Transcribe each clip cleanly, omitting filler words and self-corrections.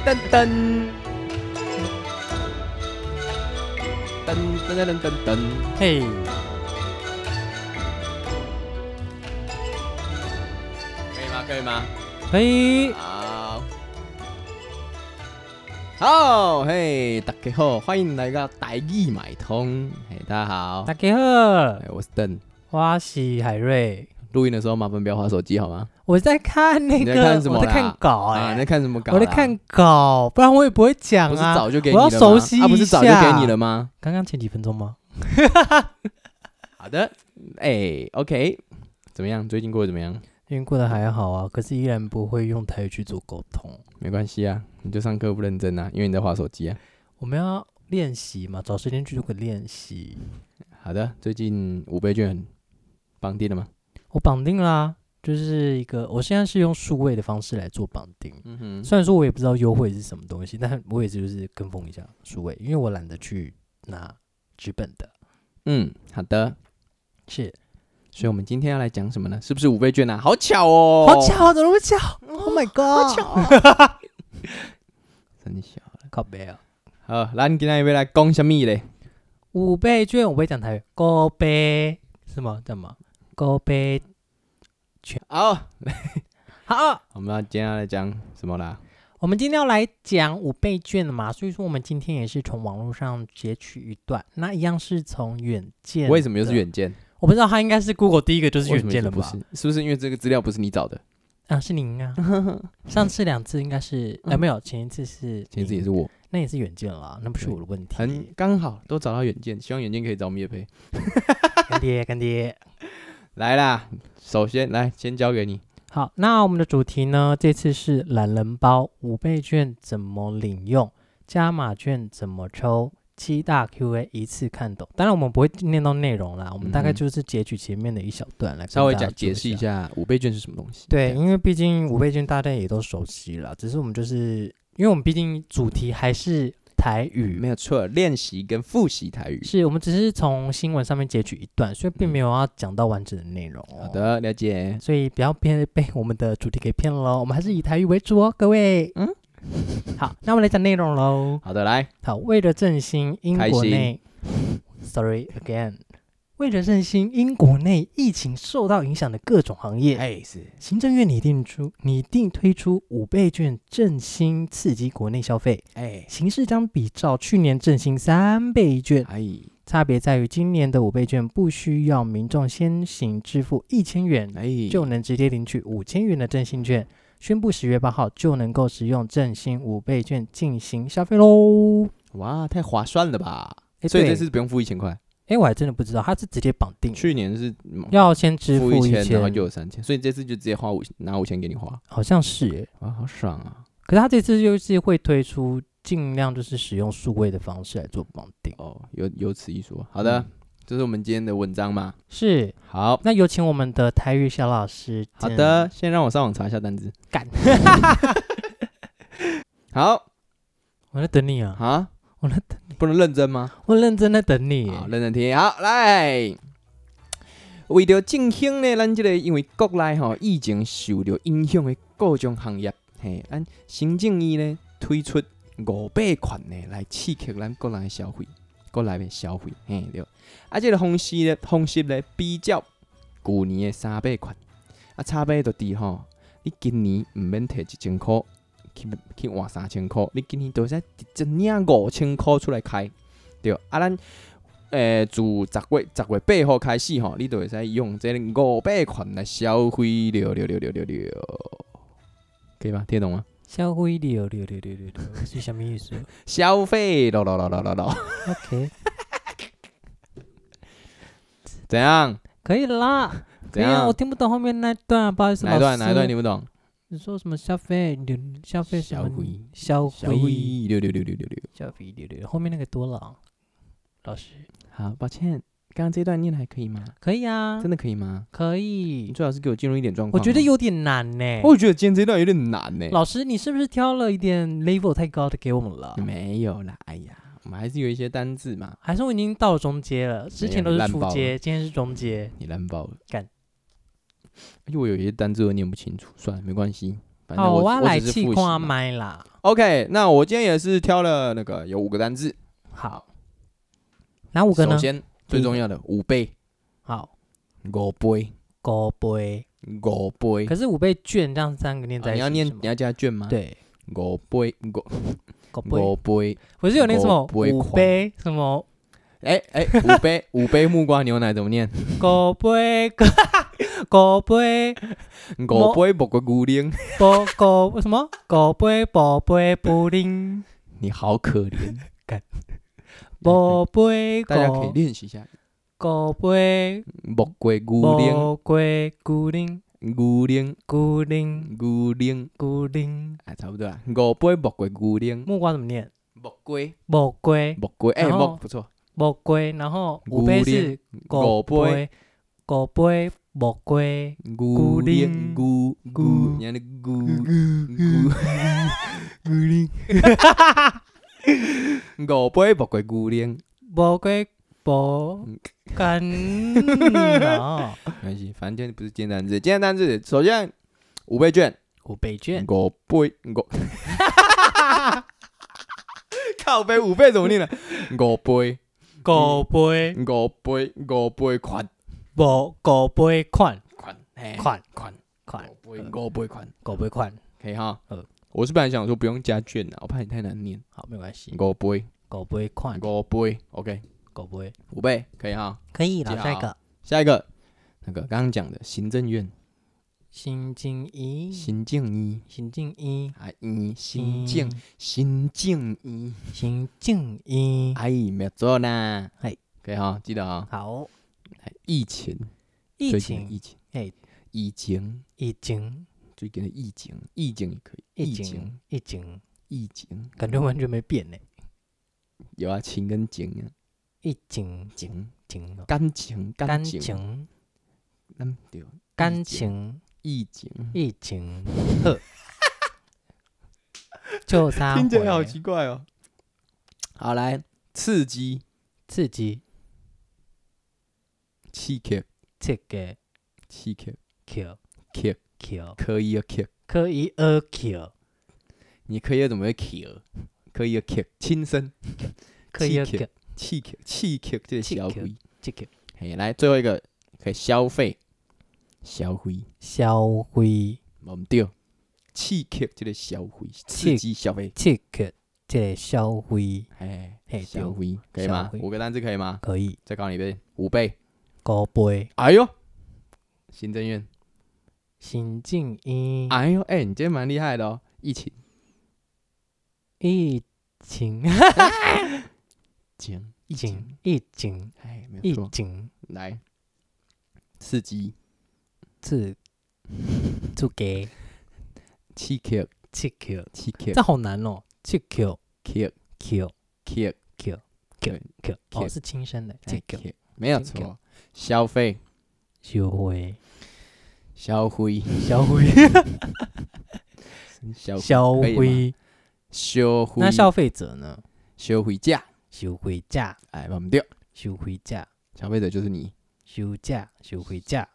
噔噔，噔噔噔噔噔， 嘿， 可以吗？可以吗？ 可以。 好，好，嘿，大家好，欢迎来到台语买通。嘿，大家好， 大家好， 我是邓。 我是海瑞。 录音的时候麻烦不要滑手机好吗？ 我在看那你在个， 看什么啦我在看稿啊，你在看什么稿？ 我在看稿，不然我也不会讲啊。 不是早就给你我了吗？ 要熟悉一下。 不是早就给你了吗？ 刚刚前几分钟吗？ 好的，OK，怎么样？最近过得怎么样？ 最近过得还好啊，可是依然不会用台语去做沟通。 没关系啊，你就上课不认真啊，因为你在滑手机啊。 我们要练习嘛，找时间去做个练习。 好的，最近5倍券绑定了吗？ 我绑定啦、就是我现在是用数位的方式来做绑定。虽然说我也不知道优惠是什么东西，但我也就是跟风一下数位，因为我懒得去拿纸本的。 好的， 是， 所以我们今天要来讲什么呢？是不是5倍券啊？好巧哦， 好巧，怎么那么巧？Oh my god， 好巧，真巧了。 靠背啊！ 好，咱今天要来讲什么嘞 5倍券我不会讲台语，高倍是吗？叫什么？高倍券。 好， 好， 我们今天要来讲什么啦？ 我们今天要来讲5倍券了嘛，所以说我们今天也是从网络上截取一段，那一样是从远见。 为什么又是远见？ 我不知道，它应该是 Google 第一个就是远见了吧？ 是不是因为这个资料不是你找的？ 啊，是您啊。上次2次应该是，没有，前一次也是我， 那也是远见啦，那不是我的问题。 很刚好都找到远见，希望远见可以找我们业配。 干爹。 来啦，首先来先交给你。 好，那我们的主题呢，这次是懒人包5倍券怎么领用，加码券怎么抽，7大 QA 一次看懂。当然我们不会念到内容啦，我们大概就是截取前面的一小段来跟稍微解大家释一下5倍券是什么东西。 对，因为毕竟5倍券大家也都熟悉了，只是我们就是因为我们毕竟主题还是台语， 没有错，练习跟复习台语。 是我们只是从新闻上面截取一段，所以并没有要讲到完整的内容哦。 好的，了解。 所以不要被我们的主题给骗了，我们还是以台语为主哦，各位。好，那我们来讲内容喽。 好的，来。 好，为了振兴英国内，Sorry again， 为了振兴英国内疫情受到影响的各种行业，行政院拟定推出5倍券振兴刺激国内消费，形式将比照去年振兴3倍券，差别在于今年的5倍券不需要民众先行支付1000元，就能直接领取5000元的振兴券。宣布10月8号就能够使用振兴5倍券进行消费喽！ 哇，太划算了吧！所以这次不用付1000块。 我还真的不知道，他是直接绑定。 去年是要先支付 1000，然后就有3000，所以这次就直接拿5000给你花。 好像是耶， 哇，好爽啊！ 可是他这次就是会推出尽量就是使用数位的方式来做绑定。 哦，有此一说。好的。这是我们今天的文章吗？ 是。 好， 那有请我们的台语小老师。 好的，先让我上网查一下单字。 干。 好， 我在等你啊！ 啊， 我在等你， 不能认真吗？ 我认真在等你。 好，认真听。好，来，为了振兴呢，咱这个因为国内疫情受到影响的各种行业，咱行政院呢推出5倍券呢来刺激咱国内的消费。对。这个方式呢，比较去年的3倍券，差别就伫你今年唔免摕1000块去换3000块，你今年就使一领5000块出来开，对。咱自10月8号开始你就会使用这5倍券来消费了，可以吗？听得懂吗？ 消费了是什么意思？ 消费了。 OK， 怎样？ 可以啦。 怎样？ 我听不懂后面那段，不好意思。 哪一段听不懂？ 你说什么消费什么？消费 6， 后面那个多了，老师。 好，抱歉，刚刚这段念的还可以吗？ 可以啊， 真的可以吗？ 可以。 你最好是给我进入一点状况。 我觉得有点难呢。 我觉得今天这段有点难呢。 老师，你是不是挑了一点 level 太高的给我们了？ 没有啦，哎呀，我们还是有一些单字嘛。 还是我已经到了中阶了？之前都是初阶，今天是中阶。 你烂爆了， 干！ 而且我有一些单字都念不清楚，算了，没关系， 反正我来只是复习嘛。 麦啦。 OK， 那我今天也是挑了那个有5个单字。 好，哪5个呢？ 首先最重要的5倍。 好 ，5倍。 5倍。 5倍。 可是5倍卷这样3个念在一起， 你要加卷吗？ 对 ，5倍，5倍。 不是有那什么5杯什么 5杯木瓜牛奶怎么念 ？5杯5杯木瓜牛奶。 什么？5杯宝贝布丁。 你好可怜，干。 宝贝， 大家可以练习一下。 5杯木瓜牛奶。 木瓜牛奶。 牛奶。 牛奶。 牛奶。 牛奶。 差不多啦。5杯木瓜牛奶。 木瓜怎么念？ 木瓜。 木瓜。 木瓜。木不错。 木瓜，然后5杯是5杯，5杯木瓜。牛奶。 你看那5杯木瓜牛奶。 木瓜不干了。 没关系，反正不是简单字。简单字，首先5倍券。 5倍券。 5倍。靠背5倍怎么念呢？5倍。 5倍。 5倍。5倍款。 5倍款。 款。5倍款。 5倍款。 可以哈。我是本来想说不用加券的，我怕你太难念。 好，没关系。 5倍。 5倍款。 5倍 ，OK。 5倍。 5倍可以哈。 可以了， 下一个，那个刚刚讲的行政院。 行政院。 行政院。 行政院。 行政院。 行政院。 哎，没有错啦。 哎， 可以哈，记得哈。 好。 疫情。 疫情。 疫情。 疫情。 最近的疫情。疫情也可以。疫情。 感觉完全没变呢。 有啊，情跟情啊。 疫情。 感情。对。 感情。 疫情。 呵。就3回。 听起来好奇怪哦。好，来，刺激。 刺激。 刺激。 刺激。 刺激。 kill。 可以啊 kill。 可以啊 kill。 你可以怎么会 kill？ 可以啊 kill。亲生。 可以啊 kill。 刺激这个消费。 刺激。 嘿，来最后一个可以消费。消费。 没对。刺激这个消费。刺激消费。 刺激这个消费。 消费可以吗？5个单字可以吗？ 可以。 再考你一遍，5倍。 5倍。 哎呦，行政院。 行政院。 哎呦，你今天蛮厉害的哦。疫情。 疫情。疫情。 没有错。来，刺激。 刺激。 刺激。 这好难哦。刺激。kill。哦，是轻声的。 没有错。消费。 消费。 消费。 那消费者呢？ 消费者。 哎， 不对。 消费者。 消费者就是你。 消费者。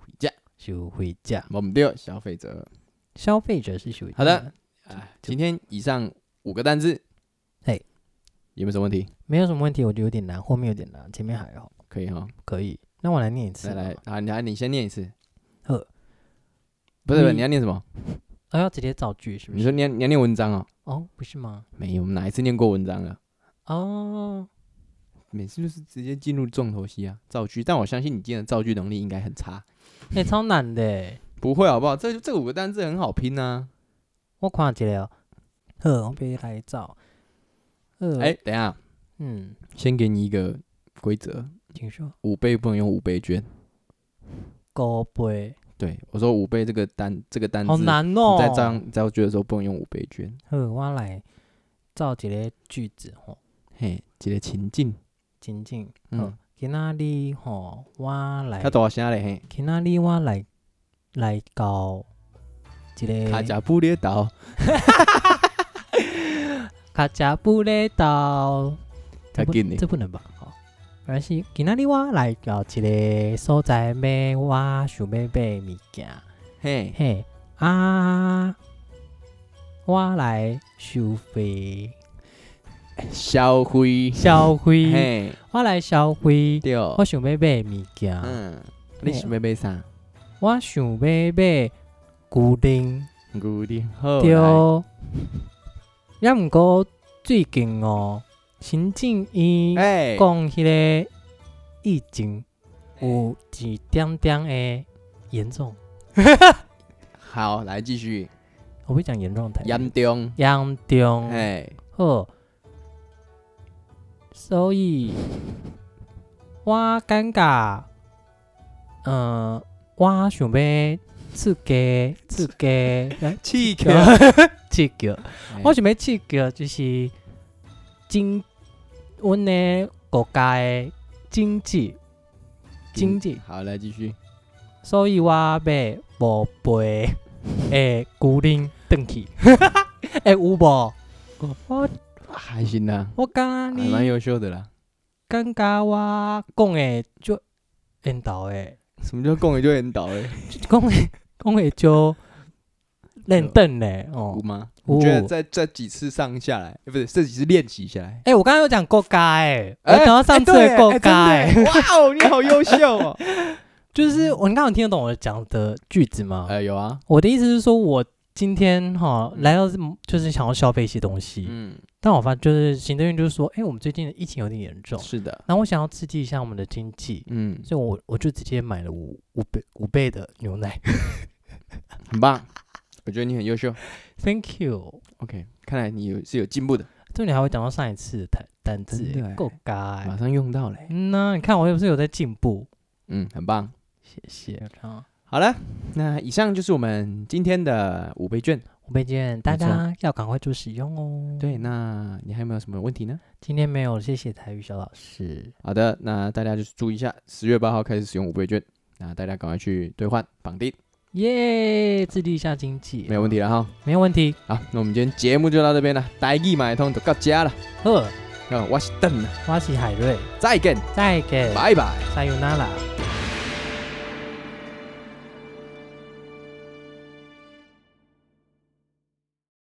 不对，消费者。 消费者是消费者。 好的，今天以上5个单字，有没有什么问题？ 没有什么问题，我觉得有点难，后面有点难，前面还好。 可以哈， 可以。那我来念一次。 来，你先念一次。不不是，你要念什么？ 要直接造句是不是？ 你说你要念文章哦？ 哦，不是吗？ 没有，我们哪一次念过文章了？ 哦， 每次就是直接进入重头戏啊，造句。但我相信你今天的造句能力应该很差。 超难的。 不会好不好？这5个单字很好拼啊。 我看一下。我别来造。 等一下。先给你一个规则。 请说。 5倍不能用5倍券。 5倍。 对，我说5倍这个单字好难哦。 你在造句的时候不能用5倍券。 我来造一个句子吼。 一个情境。 今仔日吼，我来。 较大声咧今仔日我来到一个。 卡加布列岛。 卡加布列岛。这不能吧？没关系，今仔日我来到一个所在买我想要买的物件。 我来收费， 消费， 消费， 嘿， 我来消费。 对， 我想要买物件， 你想要买啥？ 我想要买牛奶， 牛奶好， 对。也毋过最近哦，行政院讲迄个疫情有一点点的严重。 好，来继续。 我会讲严重台语。 严重， 严重。 哎， 好，所以我感觉，我想要刺激，刺激， 刺激， 刺激。我想要刺激，就是阮的国家的经济。 好，来继续。 所以我买无杯的牛奶回去。有无？我还行啦， 我感觉还蛮优秀的啦。 感觉我讲的就缘投的。 什么叫讲的就缘投的？ 讲的就认真的哦。 有吗？你觉得在这几次上下来，不是这几次练习下来？ 我刚刚有讲国家我讲到上次的国家哇哦，你好优秀哦！ 就是你刚刚听得懂我讲的句子吗？ 有啊。 我的意思是说，我今天来到就是想要消费一些东西，但我发现就是行政院就是说，我们最近的疫情有点严重， 是的， 然后我想要刺激一下我们的经济，所以我就直接买了五倍的牛奶， 很棒，我觉得你很优秀 ，Thank you。 OK， 看来你是有进步的， 这你还会讲到上一次的单字，够嘎， 马上用到嘞。 那你看我是不是有在进步？ 很棒， 谢谢。 好了，那以上就是我们今天的5倍券。 5倍券，大家要赶快做使用哦。 对，那你还有没有什么问题呢？ 今天没有，谢谢台语小老师。 好的，那大家就是注意一下，10月8号开始使用5倍券，那大家赶快去兑换绑定。 耶，致力一下经济， 没有问题了哈， 没有问题。 好，那我们今天节目就到这边了，台语买通就到家了。 好， 我是邓， 我是海瑞， 再见， 再见， 拜拜， さよなら。